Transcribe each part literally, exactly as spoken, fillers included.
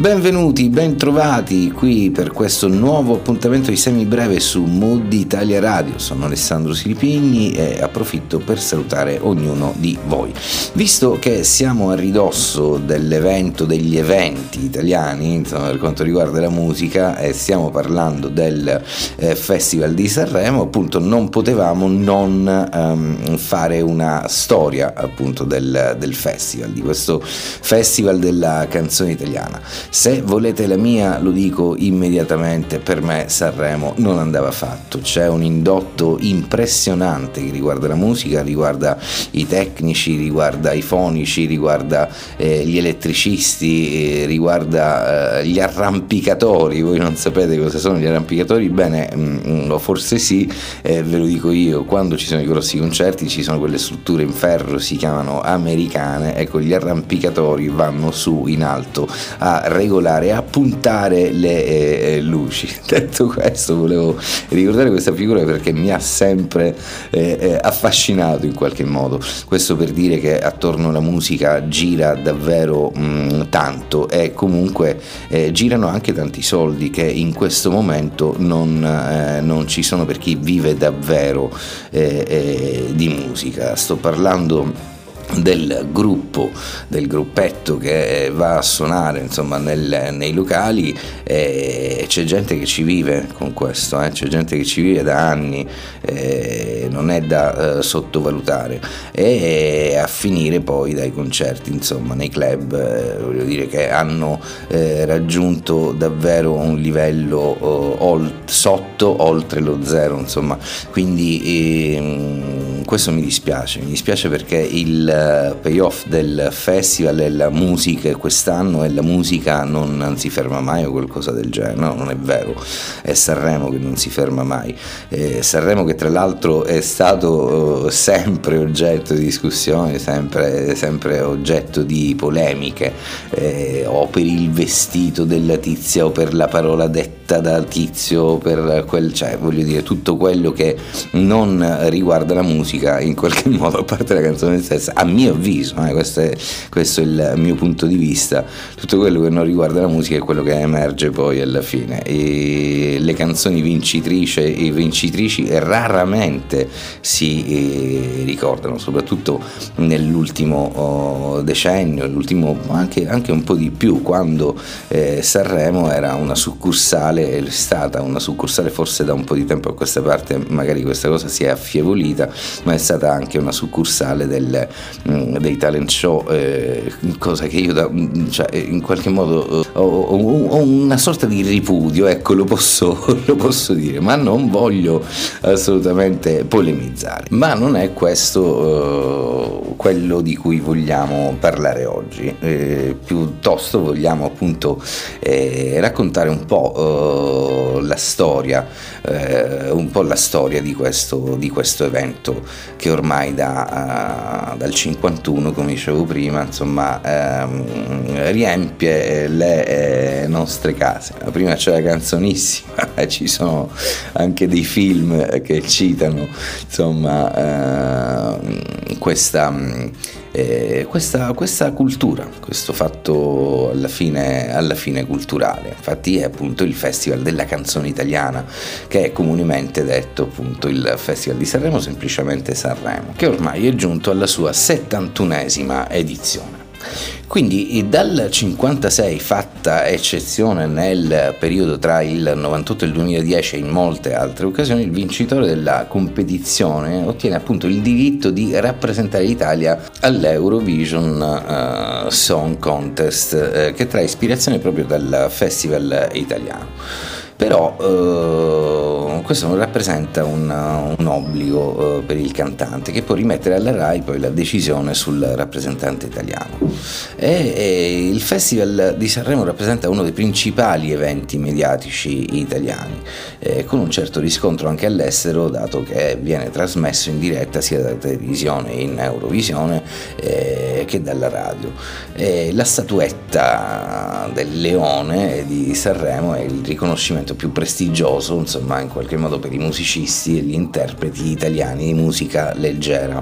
benvenuti, bentrovati qui per questo nuovo appuntamento di semibreve su Mood Italia Radio. Sono Alessandro Silipigni e approfitto per salutare ognuno di voi. Visto che siamo a ridosso dell'evento, degli eventi italiani, insomma, per quanto riguarda la musica, e stiamo parlando del eh, Festival di Sanremo, appunto non potevamo non um, fare una storia appunto del, del festival, di questo Festival della canzone italiana. Se volete la mia, lo dico immediatamente, per me Sanremo non andava fatto. C'è un indotto impressionante che riguarda la musica, riguarda i tecnici, riguarda i fonici, riguarda eh, gli elettricisti, eh, riguarda eh, gli arrampicatori. Voi non sapete cosa sono gli arrampicatori? Bene, mh, o forse sì, eh, ve lo dico io, quando ci sono i grossi concerti ci sono quelle strutture in ferro, si chiamano americane, ecco, gli arrampicatori vanno su in alto a regolare, a puntare le eh, luci. Detto questo, volevo ricordare questa figura perché mi ha sempre eh, eh, affascinato in qualche modo. Questo per dire che attorno alla musica gira davvero mh, tanto, e comunque eh, girano anche tanti soldi che in questo momento non, eh, non ci sono per chi vive davvero eh, eh, di musica. Sto parlando del gruppo, del gruppetto che va a suonare insomma nel, nei locali, e c'è gente che ci vive con questo, eh? C'è gente che ci vive da anni, eh, non è da eh, sottovalutare, e a finire poi dai concerti insomma nei club, eh, voglio dire che hanno eh, raggiunto davvero un livello eh, ol- sotto, oltre lo zero insomma, quindi eh, questo mi dispiace, mi dispiace perché il payoff del festival è la musica, quest'anno è la musica non, non si ferma mai o qualcosa del genere. No, non è vero, è Sanremo che non si ferma mai, eh, Sanremo che tra l'altro è stato eh, sempre oggetto di discussione, sempre, sempre oggetto di polemiche, eh, o per il vestito della tizia o per la parola detta da tizio, per quel, cioè voglio dire, tutto quello che non riguarda la musica in qualche modo, a parte la canzone stessa, a mio avviso, eh, questo, è, questo è il mio punto di vista, tutto quello che non riguarda la musica è quello che emerge poi alla fine, e le canzoni vincitrici e vincitrici raramente si eh, ricordano, soprattutto nell'ultimo oh, decennio, l'ultimo anche, anche un po' di più, quando eh, Sanremo era una succursale, è stata una succursale forse da un po' di tempo a questa parte, magari questa cosa si è affievolita, ma è stata anche una succursale del dei talent show, eh, cosa che io da, cioè, in qualche modo ho, ho, ho una sorta di ripudio, ecco, lo posso, lo posso dire, ma non voglio assolutamente polemizzare. Ma non è questo eh, quello di cui vogliamo parlare oggi, eh, piuttosto vogliamo appunto eh, raccontare un po' eh, la storia, eh, un po' la storia di questo, di questo evento che ormai da, uh, dal cinquantuno, come dicevo prima, insomma, ehm, riempie le eh, nostre case. Prima c'è la canzonissima, ci sono anche dei film che citano insomma eh, questa, eh, questa, questa cultura, questo fatto alla fine, alla fine culturale. Infatti è appunto il Festival della canzone italiana, che è comunemente detto appunto il Festival di Sanremo, semplicemente Sanremo, che ormai è giunto alla sua settantunesima edizione. Quindi dal cinquantasei, fatta eccezione nel periodo tra il novantotto e il duemiladieci e in molte altre occasioni, il vincitore della competizione ottiene appunto il diritto di rappresentare l'Italia all'Eurovision uh, Song Contest, uh, che trae ispirazione proprio dal Festival italiano. Però eh, questo non rappresenta un, un obbligo eh, per il cantante, che può rimettere alla RAI poi la decisione sul rappresentante italiano. E, e il Festival di Sanremo rappresenta uno dei principali eventi mediatici italiani, eh, con un certo riscontro anche all'estero, dato che viene trasmesso in diretta sia dalla televisione in Eurovisione eh, che dalla radio. E la statuetta del Leone di Sanremo è il riconoscimento più prestigioso, insomma, in qualche modo per i musicisti e gli interpreti italiani di musica leggera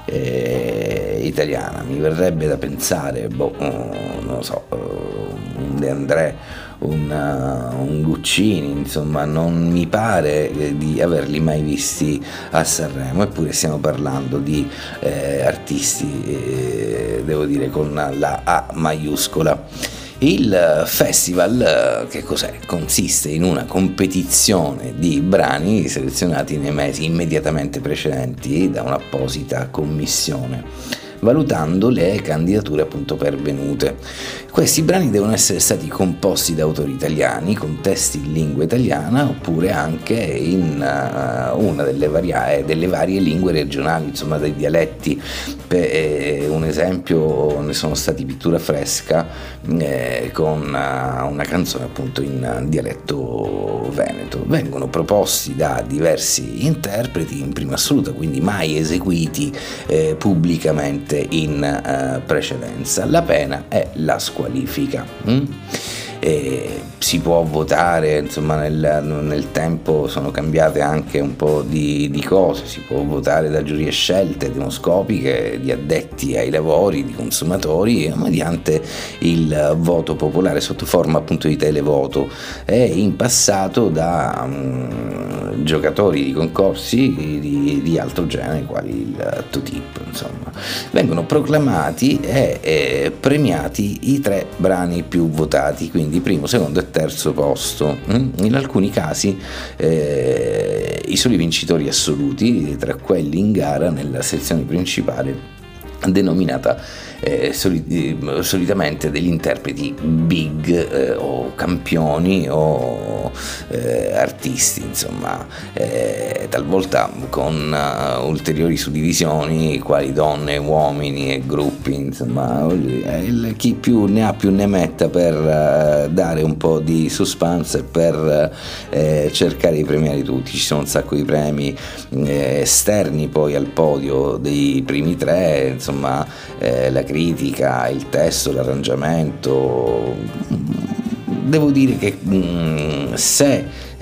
eh, italiana. Mi verrebbe da pensare, boh, non lo so, un De André, un, uh, un Guccini, insomma non mi pare eh, di averli mai visti a Sanremo, eppure stiamo parlando di eh, artisti, eh, devo dire con la A maiuscola. Il festival, che cos'è? Consiste in una competizione di brani selezionati nei mesi immediatamente precedenti da un'apposita commissione, valutando le candidature appunto pervenute. Questi brani devono essere stati composti da autori italiani con testi in lingua italiana oppure anche in uh, una delle, varia- delle varie lingue regionali, insomma dei dialetti. Per eh, un esempio ne sono stati Pittura Fresca eh, con uh, una canzone appunto in dialetto veneto. Vengono proposti da diversi interpreti in prima assoluta, quindi mai eseguiti eh, pubblicamente in uh, precedenza. La pena è la squalifica. Mm? E si può votare, insomma nel, nel tempo sono cambiate anche un po' di, di cose, si può votare da giurie scelte demoscopiche di addetti ai lavori, di consumatori, mediante il voto popolare sotto forma appunto di televoto, e in passato da um, giocatori di concorsi di, di altro genere quali il Totip, insomma vengono proclamati e, e premiati i tre brani più votati, quindi primo, secondo e terzo posto. In alcuni casi eh, i soli vincitori assoluti tra quelli in gara nella sezione principale denominata eh, soli- solitamente degli interpreti big eh, o campioni o eh, artisti, insomma eh, talvolta con uh, ulteriori suddivisioni quali donne, uomini e gruppi, insomma il, chi più ne ha più ne metta per uh, dare un po' di suspense e per uh, cercare di premiare tutti. Ci sono un sacco di premi eh, esterni poi al podio dei primi tre, insomma eh, la critica, il testo, l'arrangiamento. Devo dire che mh, se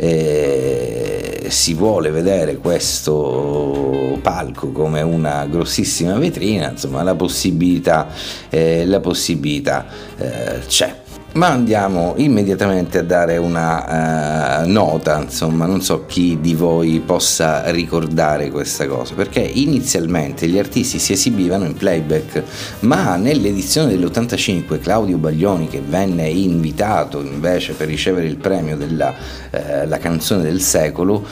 eh, si vuole vedere questo palco come una grossissima vetrina, insomma la possibilità, eh, la possibilità eh, c'è. Ma andiamo immediatamente a dare una uh, nota, insomma non so chi di voi possa ricordare questa cosa, perché inizialmente gli artisti si esibivano in playback, ma nell'edizione dell'ottantacinque Claudio Baglioni, che venne invitato invece per ricevere il premio della uh, la canzone del secolo,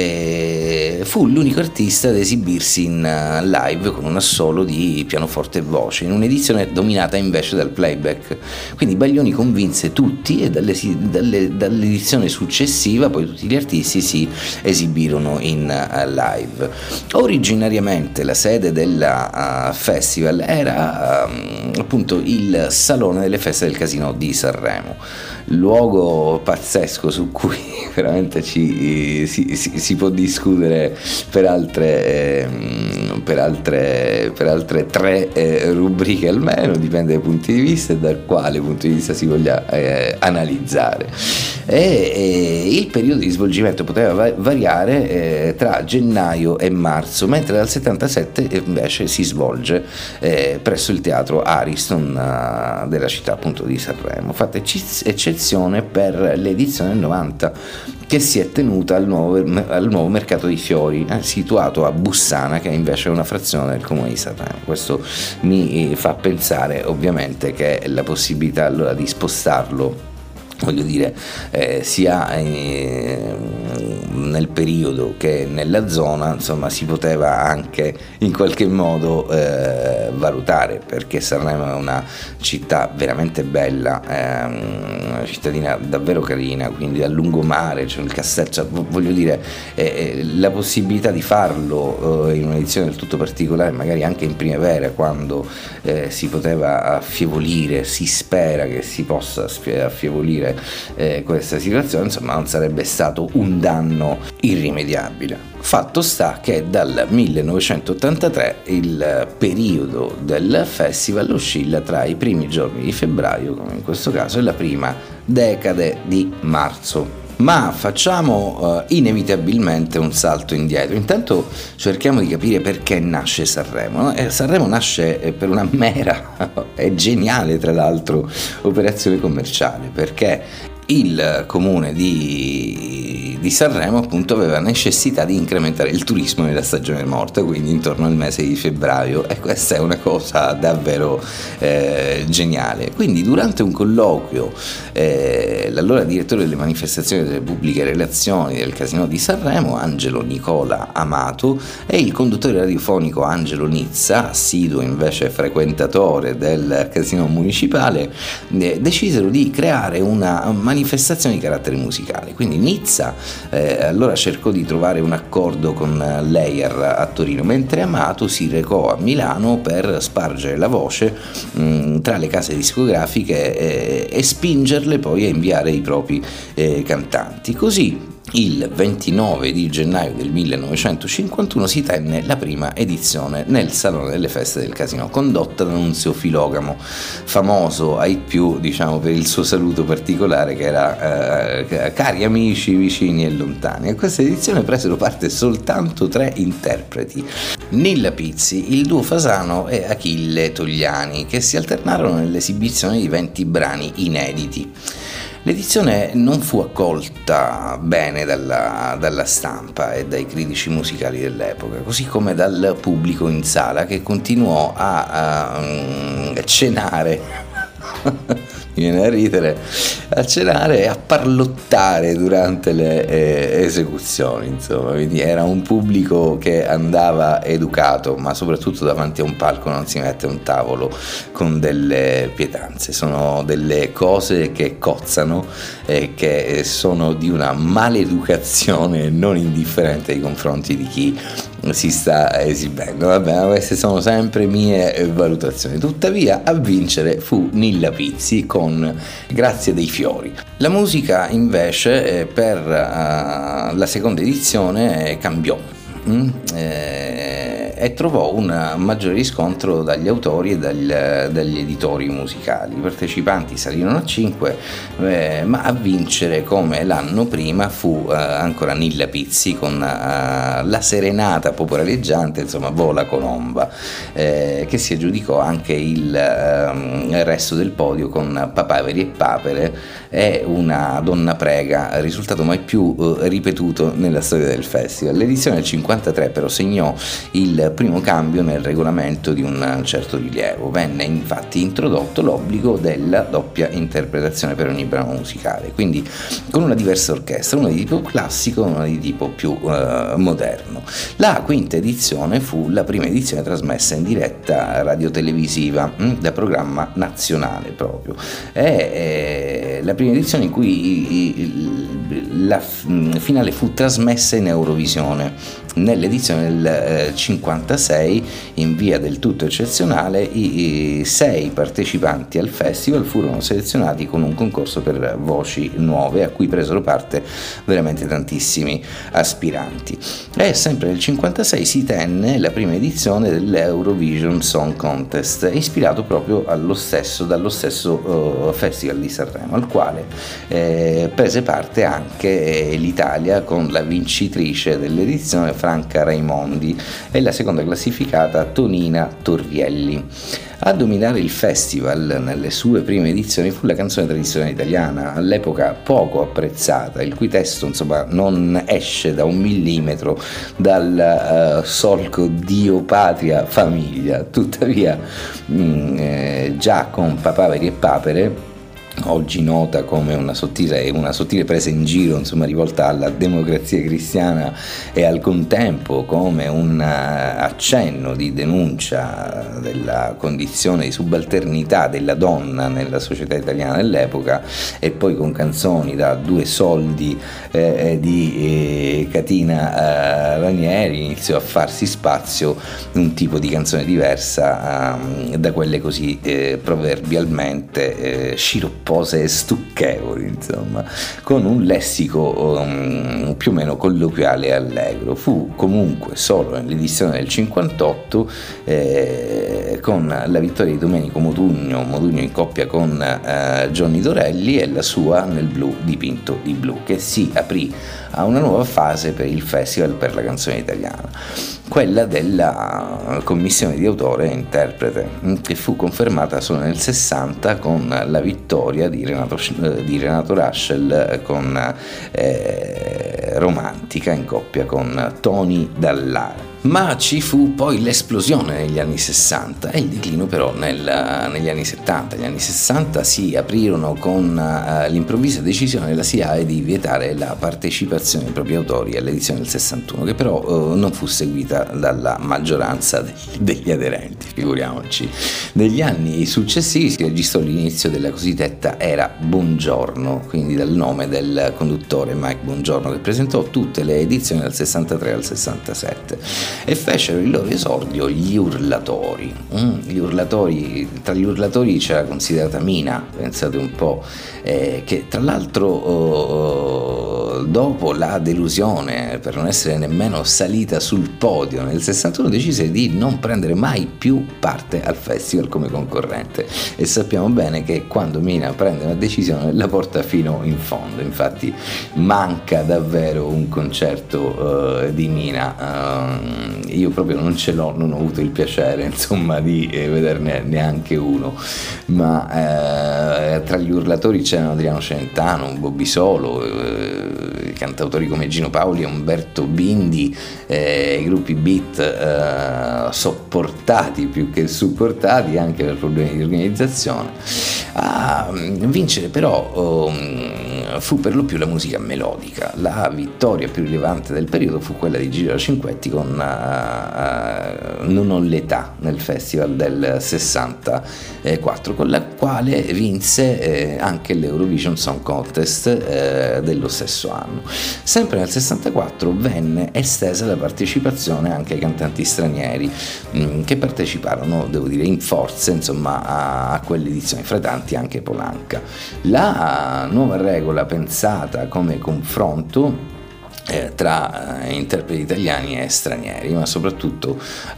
eh, fu l'unico artista ad esibirsi in uh, live con un assolo di pianoforte e voce, in un'edizione dominata invece dal playback. Quindi Baglioni convinse tutti e dalle, dalle, dall'edizione successiva poi tutti gli artisti si esibirono in uh, live. Originariamente la sede del uh, festival era uh, appunto il Salone delle Feste del Casino di Sanremo, luogo pazzesco su cui veramente ci, si, si, si può discutere per altre, eh, per altre, per altre tre eh, rubriche almeno, dipende dai punti di vista e dal quale punto di vista si voglia eh, analizzare. E, e il periodo di svolgimento poteva va- variare eh, tra gennaio e marzo, mentre dal settantasette invece si svolge eh, presso il teatro Ariston uh, della città appunto di Sanremo, fatta ecc- eccezione per l'edizione del novanta, che si è tenuta al nuovo, al nuovo mercato di fiori, eh, situato a Bussana, che è invece una frazione del comune di Sanremo. Questo mi fa pensare ovviamente che la possibilità allora di spostarlo, voglio dire, eh, sia eh, nel periodo che nella zona, insomma si poteva anche in qualche modo eh, valutare, perché Sanremo è una città veramente bella, è una cittadina davvero carina, quindi a lungomare c'è il castello, cioè, voglio dire eh, la possibilità di farlo eh, in un'edizione del tutto particolare, magari anche in primavera, quando eh, si poteva affievolire, si spera che si possa affievolire Eh, questa situazione, insomma non sarebbe stato un danno irrimediabile. Fatto sta che dal millenovecentottantatré il periodo del festival oscilla tra i primi giorni di febbraio, come in questo caso, e la prima decade di marzo. Ma facciamo uh, inevitabilmente un salto indietro. Intanto cerchiamo di capire perché nasce Sanremo. No? Eh, Sanremo nasce per una mera e geniale, tra l'altro, operazione commerciale, perché il comune di, di Sanremo appunto aveva necessità di incrementare il turismo nella stagione morta, quindi intorno al mese di febbraio, e questa è una cosa davvero eh, geniale. Quindi durante un colloquio eh, l'allora direttore delle manifestazioni delle pubbliche relazioni del Casinò di Sanremo, Angelo Nicola Amato, e il conduttore radiofonico Angelo Nizza, assiduo invece frequentatore del Casinò municipale, eh, decisero di creare una manifestazione manifestazioni di carattere musicale. Quindi Nizza eh, allora cercò di trovare un accordo con l'E I R a Torino, mentre Amato si recò a Milano per spargere la voce mh, tra le case discografiche eh, e spingerle poi a inviare i propri eh, cantanti. Così il ventinove di gennaio del millenovecentocinquantuno si tenne la prima edizione nel Salone delle Feste del Casinò, condotta da Nunzio Filogamo, famoso ai più, diciamo, per il suo saluto particolare che era eh, cari amici vicini e lontani. A questa edizione presero parte soltanto tre interpreti: Nilla Pizzi, il duo Fasano e Achille Togliani, che si alternarono nell'esibizione di venti brani inediti. L'edizione non fu accolta bene dalla, dalla stampa e dai critici musicali dell'epoca, così come dal pubblico in sala, che continuò a, a, a cenare mi viene a ridere, a cenare e a parlottare durante le eh, esecuzioni, insomma. Quindi era un pubblico che andava educato, ma soprattutto davanti a un palco non si mette un tavolo con delle pietanze. Sono delle cose che cozzano e che sono di una maleducazione non indifferente nei confronti di chi si sta esibendo. Vabbè, queste sono sempre mie valutazioni. Tuttavia a vincere fu Nilla Pizzi con Grazie dei fiori. La musica invece eh, per uh, la seconda edizione cambiò mm? eh, e trovò un maggiore riscontro dagli autori e dagli, dagli editori musicali. I partecipanti salirono a cinque, eh, ma a vincere come l'anno prima fu eh, ancora Nilla Pizzi con uh, la serenata popolareggiante, insomma, Vola Colomba, eh, che si aggiudicò anche il, uh, il resto del podio con Papaveri e Papere e Una donna prega, risultato mai più uh, ripetuto nella storia del festival. L'edizione del cinquantatré però segnò il primo cambio nel regolamento di un certo rilievo. Venne infatti introdotto l'obbligo della doppia interpretazione per ogni brano musicale, quindi con una diversa orchestra, una di tipo classico e una di tipo più uh, moderno. La quinta edizione fu la prima edizione trasmessa in diretta radiotelevisiva mh, da programma nazionale proprio. È, è la prima edizione in cui i, i, la f- finale fu trasmessa in Eurovisione. Nell'edizione del eh, cinquantasei, in via del tutto eccezionale, i, i sei partecipanti al festival furono selezionati con un concorso per voci nuove a cui presero parte veramente tantissimi aspiranti. E sempre nel cinquantasei si tenne la prima edizione dell'Eurovision Song Contest, ispirato proprio allo stesso, dallo stesso uh, Festival di Sanremo, al quale eh, prese parte anche eh, l'Italia, con la vincitrice dell'edizione Franca Raimondi e la seconda classificata Tonina Torrielli. A dominare il festival nelle sue prime edizioni fu la canzone tradizionale italiana, all'epoca poco apprezzata, il cui testo, insomma, non esce da un millimetro dal uh, solco Dio, patria, famiglia. Tuttavia mh, eh, già con Papaveri e Papere, oggi nota come una sottile, una sottile presa in giro, insomma, rivolta alla democrazia cristiana e al contempo come un accenno di denuncia della condizione di subalternità della donna nella società italiana dell'epoca, e poi con canzoni da Due soldi eh, di eh, Catina eh, Ranieri iniziò a farsi spazio un tipo di canzone diversa eh, da quelle così eh, proverbialmente eh, sciroppate pompose e stucchevoli, insomma, con un lessico um, più o meno colloquiale e allegro. Fu comunque solo nell'edizione del cinquantotto, eh, con la vittoria di Domenico Modugno, Modugno in coppia con eh, Johnny Dorelli, e la sua Nel blu dipinto di blu, che si aprì a una nuova fase per il Festival per la canzone italiana, quella della commissione di autore e interprete, che fu confermata solo nel sessanta con la vittoria di Renato, di Renato Raschel con eh, Romantica in coppia con Tony Dall'Ara. Ma ci fu poi l'esplosione negli anni sessanta e il declino però nel, negli anni settanta. Gli anni sessanta si aprirono con uh, l'improvvisa decisione della S I A E di vietare la partecipazione dei propri autori all'edizione del sessantuno, che però uh, non fu seguita dalla maggioranza de- degli aderenti, figuriamoci. Negli anni successivi si registrò l'inizio della cosiddetta era Bongiorno, quindi dal nome del conduttore Mike Bongiorno, che presentò tutte le edizioni dal sessantatré al sessantasette. E fecero il loro esordio gli Urlatori. Mm, gli urlatori tra gli Urlatori c'era considerata Mina, pensate un po', eh, che tra l'altro oh, dopo la delusione per non essere nemmeno salita sul podio nel sessantuno decise di non prendere mai più parte al festival come concorrente, e sappiamo bene che quando Mina prende una decisione la porta fino in fondo. Infatti manca davvero un concerto uh, di Mina. Uh, io proprio non ce l'ho, non ho avuto il piacere insomma di eh, vederne neanche uno, ma eh, tra gli Urlatori c'erano Adriano Celentano, Bobby Solo, eh, cantautori come Gino Paoli e Umberto Bindi, eh, i gruppi beat eh, sopportati più che supportati anche per problemi di organizzazione. A vincere però um, fu per lo più la musica melodica. La vittoria più rilevante del periodo fu quella di Gilio Cinquetti con uh, uh, Non ho l'età nel festival del sessantaquattro, con la quale vinse eh, anche l'Eurovision Song Contest eh, dello stesso anno. Sempre nel sessantaquattro venne estesa la partecipazione anche ai cantanti stranieri mh, che parteciparono, devo dire, in forze insomma a, a quell'edizione, fra tanti anche Polanca. La nuova regola, pensata come confronto Eh, tra eh, interpreti italiani e stranieri, ma soprattutto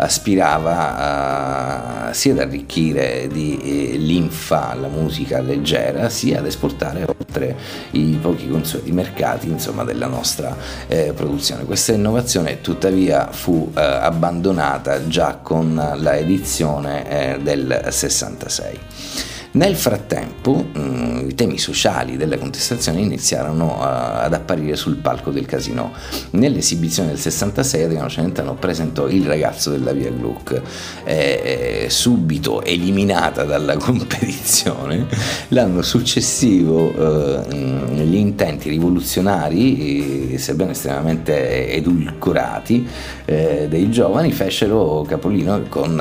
aspirava a, sia ad arricchire di eh, linfa la musica leggera, sia ad esportare oltre i pochi consueti mercati insomma della nostra eh, produzione. Questa innovazione tuttavia fu eh, abbandonata già con la edizione eh, del sessantasei. Nel frattempo mh, i temi sociali della contestazione iniziarono uh, ad apparire sul palco del Casino. Nell'esibizione del sessantasei Adriano Celentano presentò Il ragazzo della Via Gluck, eh, subito eliminata dalla competizione. L'anno successivo uh, gli intenti rivoluzionari, sebbene estremamente edulcorati, eh, dei giovani fecero capolino con uh,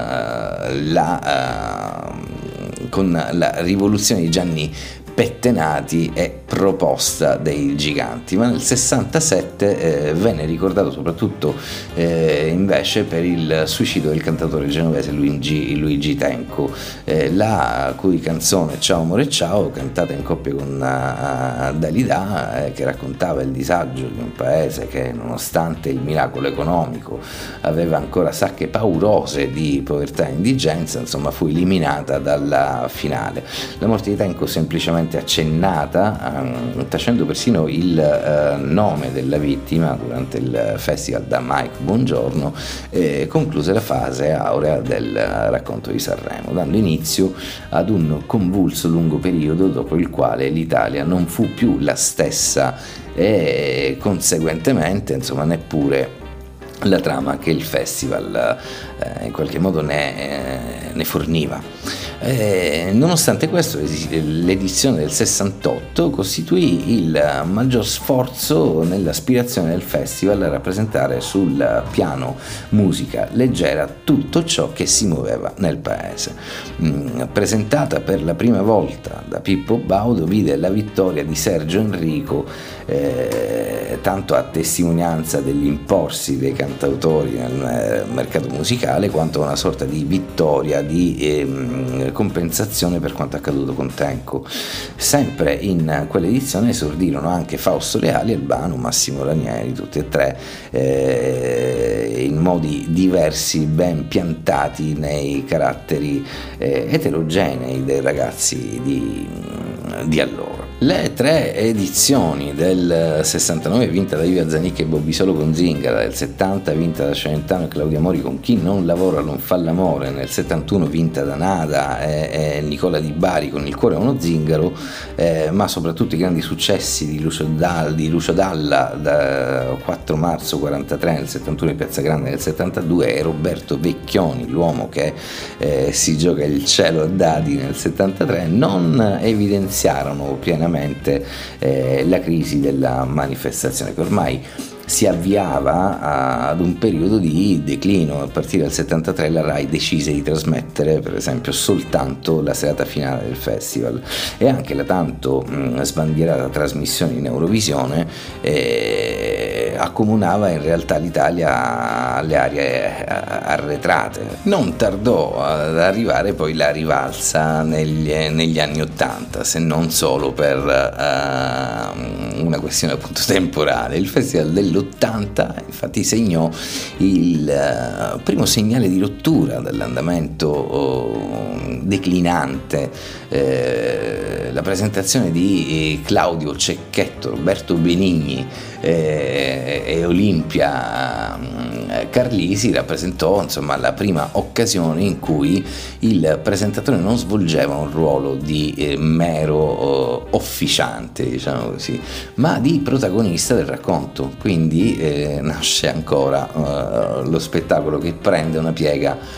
la uh, con la rivoluzione di Gianni Pettenati e proposta dei giganti, ma nel sessantasette eh, venne ricordato soprattutto eh, invece per il suicidio del cantautore genovese Luigi, Luigi Tenco, eh, la cui canzone Ciao amore ciao, cantata in coppia con uh, Dalida, eh, che raccontava il disagio di un paese che nonostante il miracolo economico aveva ancora sacche paurose di povertà e indigenza, insomma fu eliminata dalla finale. La morte di Tenco semplicemente accennata, um, tacendo persino il uh, nome della vittima durante il festival da Mike Bongiorno, eh, concluse la fase aurea del racconto di Sanremo, dando inizio ad un convulso lungo periodo dopo il quale l'Italia non fu più la stessa e conseguentemente insomma neppure la trama che il festival eh, in qualche modo ne, eh, ne forniva. Eh, nonostante questo, l'edizione del sessantotto costituì il maggior sforzo nell'aspirazione del festival a rappresentare sul piano musica leggera tutto ciò che si muoveva nel paese. Mm, presentata per la prima volta da Pippo Baudo, vide la vittoria di Sergio Enrico, eh, tanto a testimonianza degli imporsi dei cantautori nel mercato musicale, quanto una sorta di vittoria di eh, compensazione per quanto accaduto con Tenco. Sempre in quell'edizione esordirono anche Fausto Leali, Albano, Massimo Ranieri, tutti e tre eh, in modi diversi, ben piantati nei caratteri eh, eterogenei dei ragazzi di, di allora. Le tre edizioni del sessantanove vinta da Iva Zanicchi e Bobbisolo con Zingara, del settanta vinta da Celentano e Claudia Mori con Chi non lavora non fa l'amore, nel settantuno vinta da Nada e, e Nicola Di Bari con Il cuore è uno zingaro, eh, ma soprattutto i grandi successi di Lucio, Dalla, di Lucio Dalla da quattro marzo quarantatré nel settantuno in Piazza Grande nel settantadue e Roberto Vecchioni, l'uomo che eh, si gioca il cielo a dadi nel settantatré, non evidenziarono pienamente eh, la crisi della manifestazione che ormai si avviava ad un periodo di declino. A partire dal settantatré la RAI decise di trasmettere per esempio soltanto la serata finale del festival e anche la tanto mh, sbandierata trasmissione in Eurovisione eh, accomunava in realtà l'Italia alle aree arretrate. Non tardò ad arrivare poi la rivalsa negli, negli anni Ottanta, se non solo per uh, una questione appunto temporale. Il festival dell'ottanta infatti segnò il uh, primo segnale di rottura dell'andamento uh, declinante, eh, la presentazione di Claudio Cecchetto, Roberto Benigni eh, e Olimpia eh, Carlisi rappresentò insomma la prima occasione in cui il presentatore non svolgeva un ruolo di eh, mero eh, officiante, diciamo così, ma di protagonista del racconto. Quindi eh, nasce ancora eh, lo spettacolo che prende una piega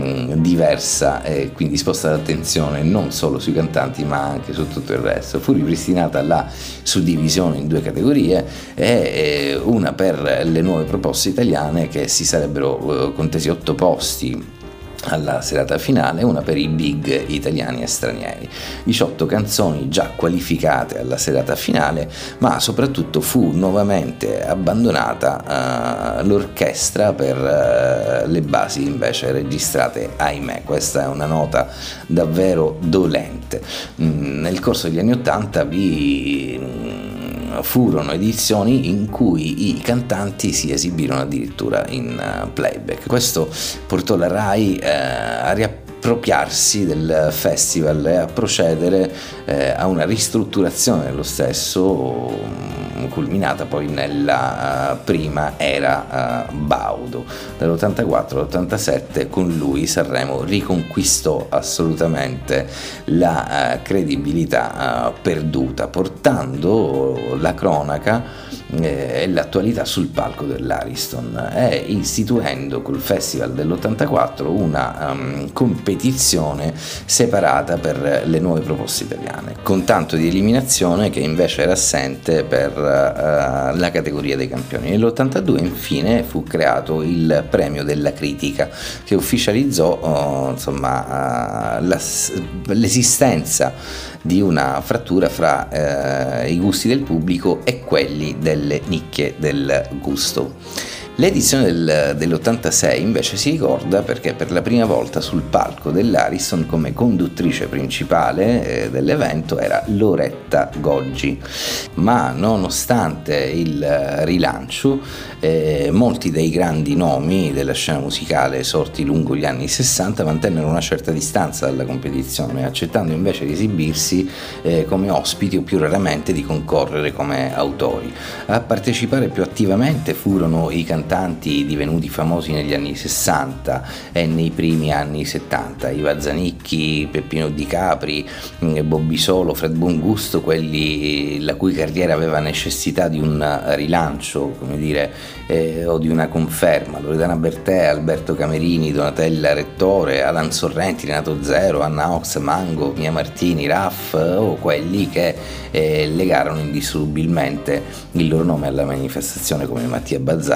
diversa e quindi sposta l'attenzione non solo sui cantanti ma anche su tutto il resto. Fu ripristinata la suddivisione in due categorie e una per le nuove proposte italiane che si sarebbero contesi otto posti alla serata finale, una per i big italiani e stranieri, diciotto canzoni già qualificate alla serata finale, ma soprattutto fu nuovamente abbandonata uh, l'orchestra per uh, le basi invece registrate, ahimè. Questa è una nota davvero dolente. Mm, nel corso degli anni Ottanta vi mm, furono edizioni in cui i cantanti si esibirono addirittura in uh, playback. Questo portò la RAI eh, a riappropriarsi del festival e a procedere eh, a una ristrutturazione dello stesso, culminata poi nella uh, prima era uh, Baudo. Dall'ottantaquattro all'ottantasette con lui Sanremo riconquistò assolutamente la uh, credibilità uh, perduta, portando la cronaca e l'attualità sul palco dell'Ariston e istituendo col festival dell'ottantaquattro una um, competizione separata per le nuove proposte italiane, con tanto di eliminazione che invece era assente per uh, la categoria dei campioni. Nell'ottantadue infine fu creato il premio della critica che ufficializzò uh, insomma uh, la, l'esistenza di una frattura fra eh, i gusti del pubblico e quelli delle nicchie del gusto. L'edizione del, dell'ottantasei invece si ricorda perché per la prima volta sul palco dell'Ariston come conduttrice principale eh, dell'evento era Loretta Goggi, ma nonostante il rilancio eh, molti dei grandi nomi della scena musicale sorti lungo gli anni sessanta mantennero una certa distanza dalla competizione, accettando invece di esibirsi eh, come ospiti o più raramente di concorrere come autori. A partecipare più attivamente furono i cantanti divenuti famosi negli anni sessanta e nei primi anni settanta, Iva Zanicchi, Peppino Di Capri, Bobbisolo, Fred Buongusto, quelli la cui carriera aveva necessità di un rilancio, come dire, eh, o di una conferma, Loredana Bertè, Alberto Camerini, Donatella Rettore, Alan Sorrenti, Renato Zero, Anna Ox, Mango, Mia Martini, Raff, o quelli che eh, legarono indissolubilmente il loro nome alla manifestazione come Mattia Bazzar, Fior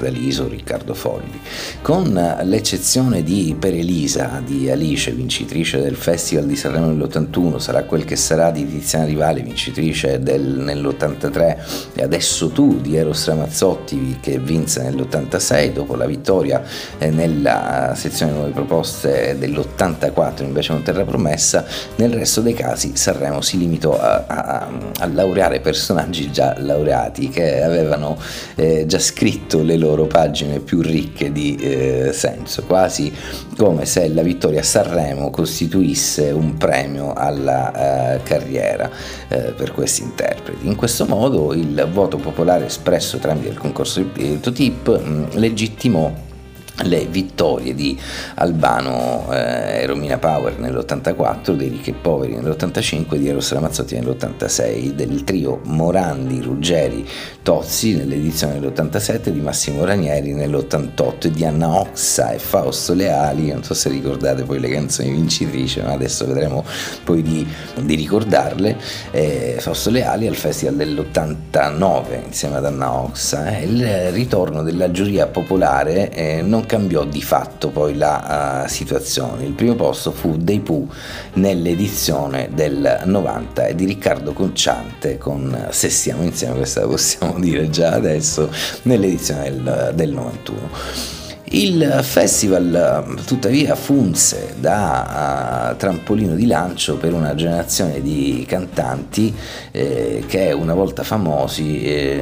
Fiordaliso o Riccardo Fogli. Con l'eccezione di Per Elisa di Alice, vincitrice del Festival di Sanremo nell'ottantuno, Sarà quel che sarà di Tiziana Rivale, vincitrice del, nell'ottantatré, e Adesso tu di Eros Ramazzotti, che vinse nell'ottantasei dopo la vittoria eh, nella sezione nuove proposte dell'ottantaquattro invece con Terra Promessa. Nel resto dei casi Sanremo si limitò a, a, a laureare personaggi già laureati che avevano eh, già scritto le loro pagine più ricche di eh, senso, quasi come se la vittoria a Sanremo costituisse un premio alla eh, carriera eh, per questi interpreti. In questo modo il voto popolare espresso tramite il concorso di Totip mh, legittimò le vittorie di Albano eh, e Romina Power nell'ottantaquattro, dei Ricchi e Poveri nell'ottantacinque, di Eros Ramazzotti nell'ottantasei, del trio Morandi, Ruggeri, Tozzi nell'edizione dell'ottantasette, di Massimo Ranieri nell'ottantotto e di Anna Oxa e Fausto Leali. Non so se ricordate poi le canzoni vincitrici, ma adesso vedremo poi di, di ricordarle. eh, Fausto Leali al Festival dell'ottantanove insieme ad Anna Oxa. eh, il ritorno della giuria popolare eh, non cambiò di fatto poi la uh, situazione. Il primo posto fu dei Pooh nell'edizione del novanta e di Riccardo Cocciante con Se stiamo insieme, questa possiamo dire già adesso, nell'edizione del, del novantuno. Il festival tuttavia funse da uh, trampolino di lancio per una generazione di cantanti eh, che una volta famosi eh,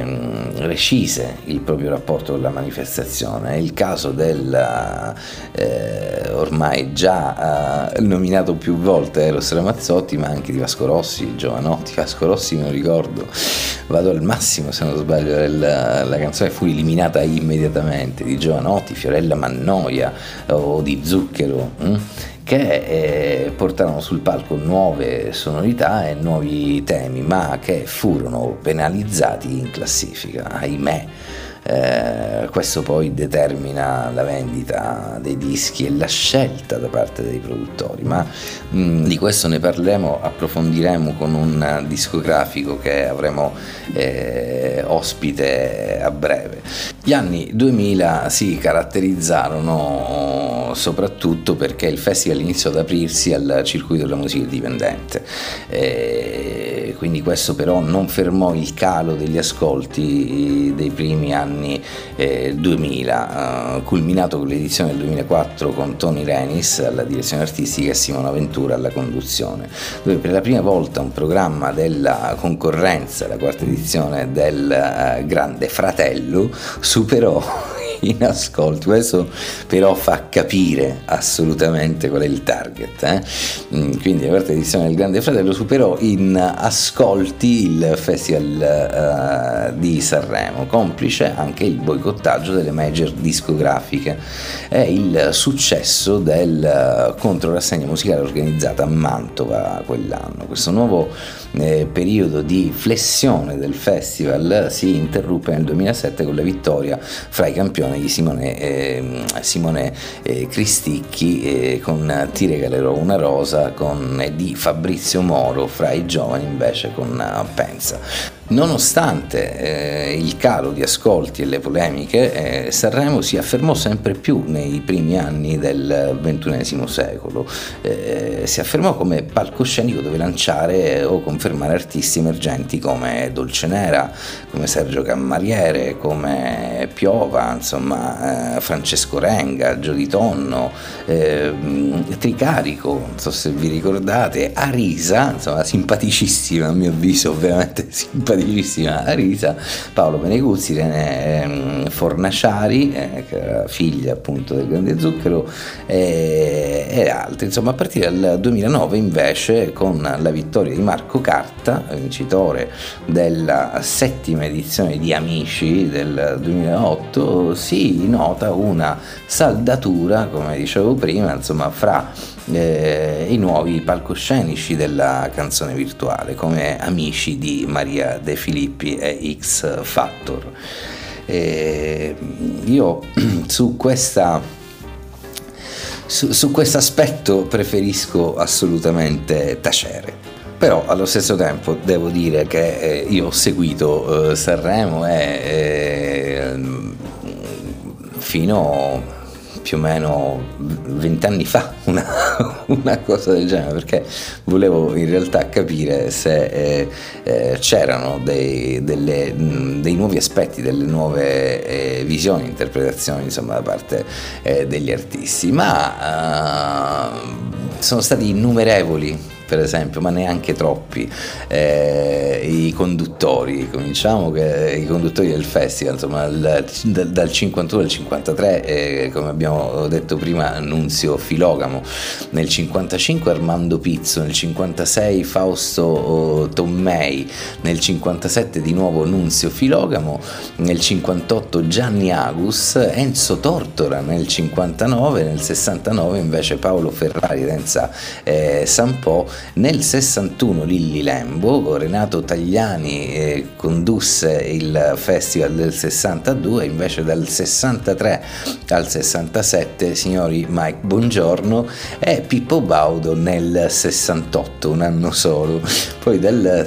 recise il proprio rapporto con la manifestazione. È il caso del eh, ormai già uh, nominato più volte Eros Ramazzotti, ma anche di Vasco Rossi, Giovanotti. Vasco Rossi me lo ricordo, vado al massimo se non sbaglio, la, la canzone fu eliminata immediatamente, di Giovanotti, Fiorella Mannoia o di Zucchero, hm? che eh, portarono sul palco nuove sonorità e nuovi temi, ma che furono penalizzati in classifica, ahimè. Eh, questo poi determina la vendita dei dischi e la scelta da parte dei produttori, ma mh, di questo ne parleremo, approfondiremo con un discografico che avremo eh, ospite a breve. Gli anni duemila si caratterizzarono soprattutto perché il festival iniziò ad aprirsi al circuito della musica indipendente, eh, quindi questo però non fermò il calo degli ascolti dei primi anni eh, duemila, eh, culminato con l'edizione del duemilaquattro con Tony Renis alla direzione artistica e Simona Ventura alla conduzione, dove per la prima volta un programma della concorrenza, la quarta edizione del eh, Grande Fratello, superò in ascolti. Questo però fa capire assolutamente qual è il target, eh? Quindi la quarta edizione del Grande Fratello superò in ascolti il Festival uh, di Sanremo, complice anche il boicottaggio delle major discografiche e il successo del uh, controrassegna musicale organizzata a Mantova quell'anno. Questo nuovo eh, periodo di flessione del festival si interruppe nel duemilasette con la vittoria fra i campioni di Simone, eh, Simone eh, Cristicchi eh, con Ti regalerò una rosa, con, eh, di Fabrizio Moro fra i giovani invece con uh, Pensa. Nonostante eh, il calo di ascolti e le polemiche, eh, Sanremo si affermò sempre più nei primi anni del ventunesimo secolo, eh, si affermò come palcoscenico dove lanciare o confermare artisti emergenti come Dolcenera, come Sergio Cammariere, come Piova, insomma eh, Francesco Renga, Giodi Tonno, eh, Tricarico, non so se vi ricordate, Arisa, insomma simpaticissima a mio avviso, veramente simpaticissima Arisa, Paolo Meneguzzi, René eh, Fornaciari, eh, che era figlia appunto del Grande Zucchero, eh, e altri. Insomma, a partire dal duemilanove invece, con la vittoria di Marco Carta, vincitore della settima edizione di Amici del duemilaotto, si nota una saldatura, come dicevo prima, insomma, fra Eh, i nuovi palcoscenici della canzone virtuale come Amici di Maria De Filippi e X Factor. Eh, io su questa su, su questo aspetto preferisco assolutamente tacere. Però allo stesso tempo devo dire che eh, io ho seguito eh, Sanremo e eh, fino più o meno vent'anni fa, una, una cosa del genere, perché volevo in realtà capire se eh, eh, c'erano dei, delle, dei nuovi aspetti, delle nuove eh, visioni, interpretazioni, insomma, da parte eh, degli artisti, ma uh, sono stati innumerevoli, per esempio, ma neanche troppi, eh, i conduttori. Cominciamo che i conduttori del festival, insomma, dal, dal cinquantuno al cinquantatré, eh, come abbiamo detto prima, Nunzio Filogamo, nel cinquantacinque Armando Pizzo, nel cinquantasei Fausto oh, Tommei, nel cinquantasette di nuovo Nunzio Filogamo, nel cinquantotto Gianni Agus, Enzo Tortora nel cinquantanove, nel sessantanove invece Paolo Ferrari, Renza eh, Sampo. Nel sessantuno Lilli Lembo, Renato Tagliani eh, condusse il festival del sessantadue, invece dal sessantatré al sessantasette signori Mike Bongiorno e Pippo Baudo nel sessantotto, un anno solo. Poi del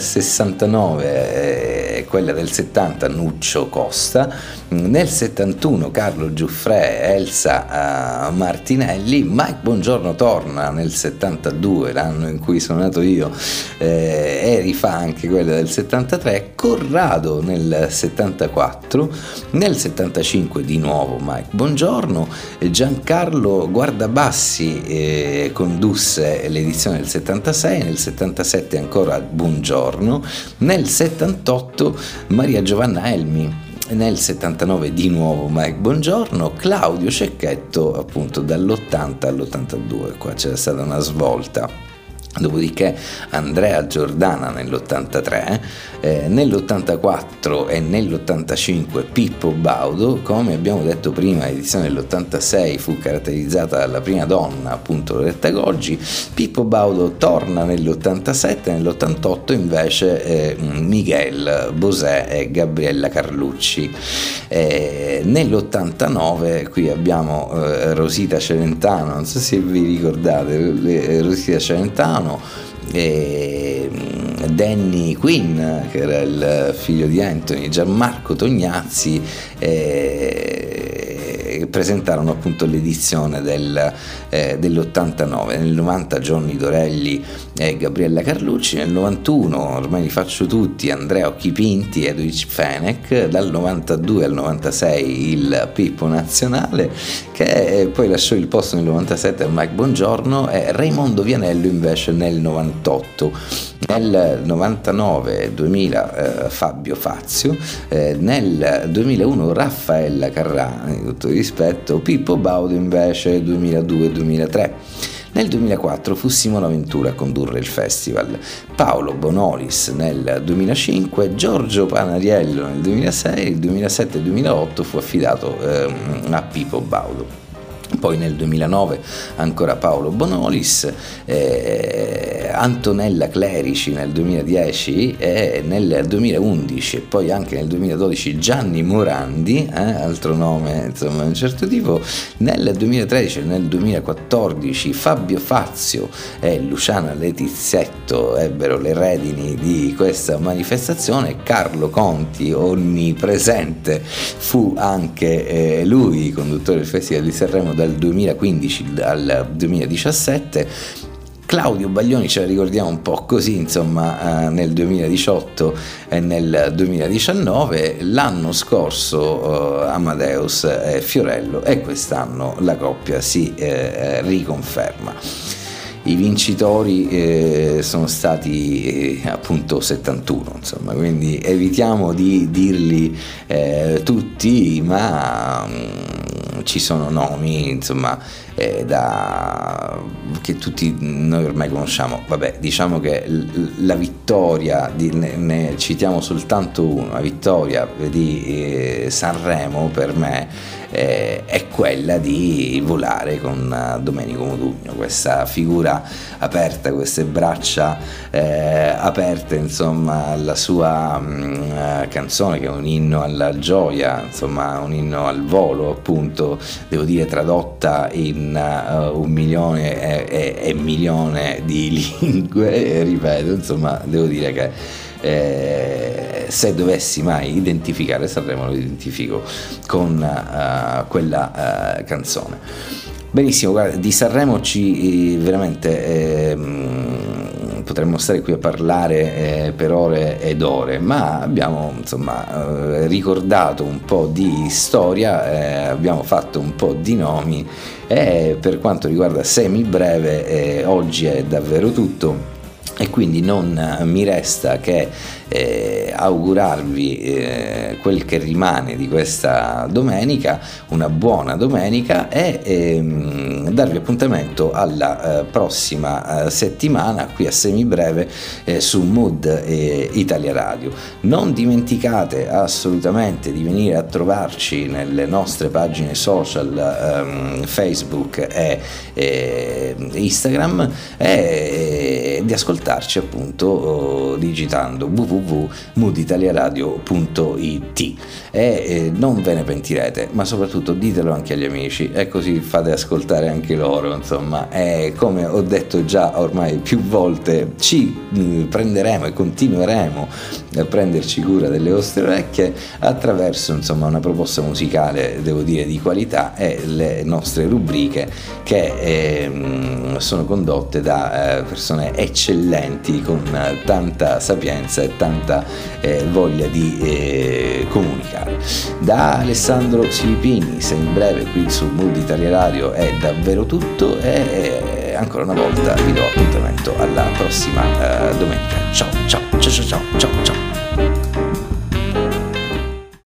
sessantanove eh, quella del settanta Nuccio Costa, nel settantuno Carlo Giuffre, Elsa uh, Martinelli. Mike Bongiorno torna nel settantadue, l'anno in cui sono nato io, eh, e rifà anche quella del settantatré. Corrado nel settantaquattro, nel settantacinque di nuovo Mike Bongiorno, Giancarlo Guardabassi eh, condusse l'edizione del settantasei, nel settantasette ancora Bongiorno, nel settantotto Maria Giovanna Elmi, nel settantanove di nuovo Mike Bongiorno, Claudio Cecchetto appunto dall'ottanta all'ottantadue, qua c'è stata una svolta. Dopodiché Andrea Giordana nell'ottantatré, eh, nell'ottantaquattro e nell'ottantacinque Pippo Baudo. Come abbiamo detto prima, l'edizione dell'ottantasei fu caratterizzata dalla prima donna, appunto Loretta Goggi. Pippo Baudo torna nell'ottantasette, nell'ottantotto invece eh, Miguel Bosè e Gabriella Carlucci. Eh, nell'ottantanove qui abbiamo eh, Rosita Celentano, non so se vi ricordate, le, Rosita Celentano, e Danny Quinn, che era il figlio di Anthony, Gianmarco Tognazzi, eh, presentarono appunto l'edizione del, eh, dell'ottantanove. Nel novanta Johnny Dorelli e Gabriella Carlucci, nel novantuno, ormai li faccio tutti, Andrea Occhipinti e Edwidge Fenech, dal novantadue al novantasei il Pippo Nazionale, che poi lasciò il posto nel novantasette a Mike Bongiorno, e Raimondo Vianello invece nel novantotto. Nel novantanove duemila eh, Fabio Fazio, eh, nel duemilauno Raffaella Carrà, di tutto rispetto, Pippo Baudo invece duemiladue duemilatré. Nel duemilaquattro fu Simona Ventura a condurre il festival, Paolo Bonolis nel duemilacinque, Giorgio Panariello nel duemilasei, il duemilasette e duemilaotto fu affidato eh, a Pippo Baudo. Poi nel duemilanove ancora Paolo Bonolis, eh, Antonella Clerici nel duemiladieci, e nel duemilaundici e poi anche nel duemiladodici Gianni Morandi, eh, altro nome insomma di un certo tipo. Nel duemilatredici e nel duemilaquattordici Fabio Fazio e Luciana Letizzetto ebbero le redini di questa manifestazione. Carlo Conti, onnipresente, fu anche eh, lui conduttore del Festival di Sanremo dal duemilaquindici al duemiladiciassette. Claudio Baglioni ce la ricordiamo un po' così, insomma, eh, nel duemiladiciotto e nel duemiladiciannove. L'anno scorso eh, Amadeus e Fiorello, e quest'anno la coppia si eh, riconferma. I vincitori eh, sono stati eh, appunto settantuno, insomma, quindi evitiamo di dirli eh, tutti, ma mh, ci sono nomi, insomma, eh, da, che tutti noi ormai conosciamo. Vabbè, diciamo che l- la vittoria, di, ne, ne citiamo soltanto uno, la vittoria di eh, Sanremo per me Eh, è quella di volare con Domenico Modugno, questa figura aperta, queste braccia eh, aperte, insomma, alla sua mh, canzone che è un inno alla gioia, insomma un inno al volo, appunto, devo dire, tradotta in uh, un milione e, e, e milione di lingue, e ripeto, insomma, devo dire che eh, se dovessi mai identificare Sanremo lo identifico con uh, quella uh, canzone. Benissimo, guarda, di Sanremo ci eh, veramente eh, potremmo stare qui a parlare eh, per ore ed ore, ma abbiamo insomma eh, ricordato un po' di storia, eh, abbiamo fatto un po' di nomi e per quanto riguarda Semibreve eh, oggi è davvero tutto. E quindi non mi resta che eh, augurarvi eh, quel che rimane di questa domenica, una buona domenica, e ehm, darvi appuntamento alla eh, prossima eh, settimana qui a Semibreve eh, su Mood eh, Italia Radio. Non dimenticate assolutamente di venire a trovarci nelle nostre pagine social ehm, Facebook e eh, Instagram e di ascoltare appunto oh, digitando w w w punto mood italia radio punto i t e eh, non ve ne pentirete, ma soprattutto ditelo anche agli amici e così fate ascoltare anche loro, insomma. E come ho detto già ormai più volte, ci mh, prenderemo e continueremo a prenderci cura delle vostre orecchie attraverso insomma una proposta musicale, devo dire, di qualità, e le nostre rubriche che eh, sono condotte da eh, persone eccellenti con tanta sapienza e tanta eh, voglia di eh, comunicare. Da Alessandro Silipini, Semibreve qui su Mood Italia Radio è davvero tutto, e ancora una volta vi do appuntamento alla prossima eh, domenica. Ciao ciao ciao ciao ciao ciao ciao.